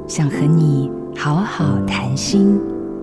想和你好好谈心。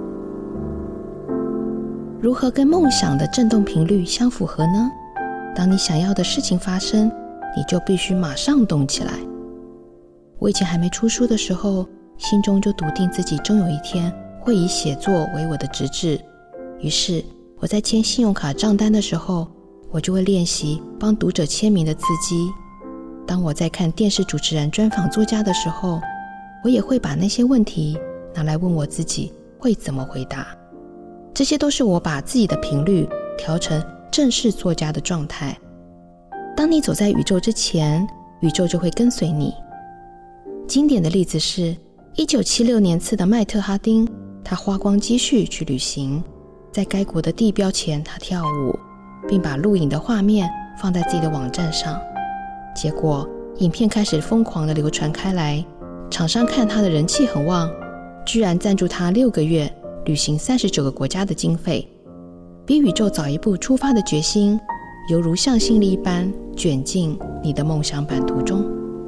如何跟梦想的振动频率相符合呢？当你想要的事情发生，你就必须马上动起来。我以前还没出书的时候，心中就笃定自己终有一天会以写作为我的职志。于是我在签信用卡账单的时候，我就会练习帮读者签名的字迹。当我在看电视主持人专访作家的时候，我也会把那些问题拿来问我自己会怎么回答。这些都是我把自己的频率调成正式作家的状态。当你走在宇宙之前，宇宙就会跟随你。经典的例子是1976年次的麦特哈丁，他花光积蓄去旅行，在该国的地标前他跳舞，并把录影的画面放在自己的网站上。结果影片开始疯狂地流传开来，厂商看他的人气很旺，居然赞助他6个月旅行39个国家的经费。比宇宙早一步出发的决心，犹如向心力一般卷进你的梦想版图中。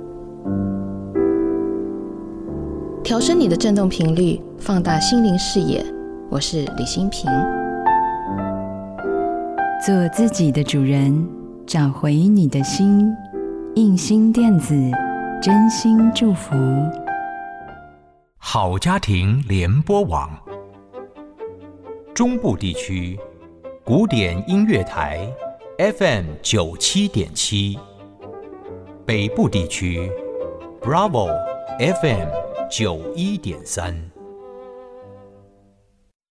调升你的振动频率，放大心灵视野。我是李欣平。 做自己的主人，找回你的心。映心电子，真心祝福。 好家庭联播网，中部地区古典音乐台 FM97.7， 北部地区 Bravo FM91.3。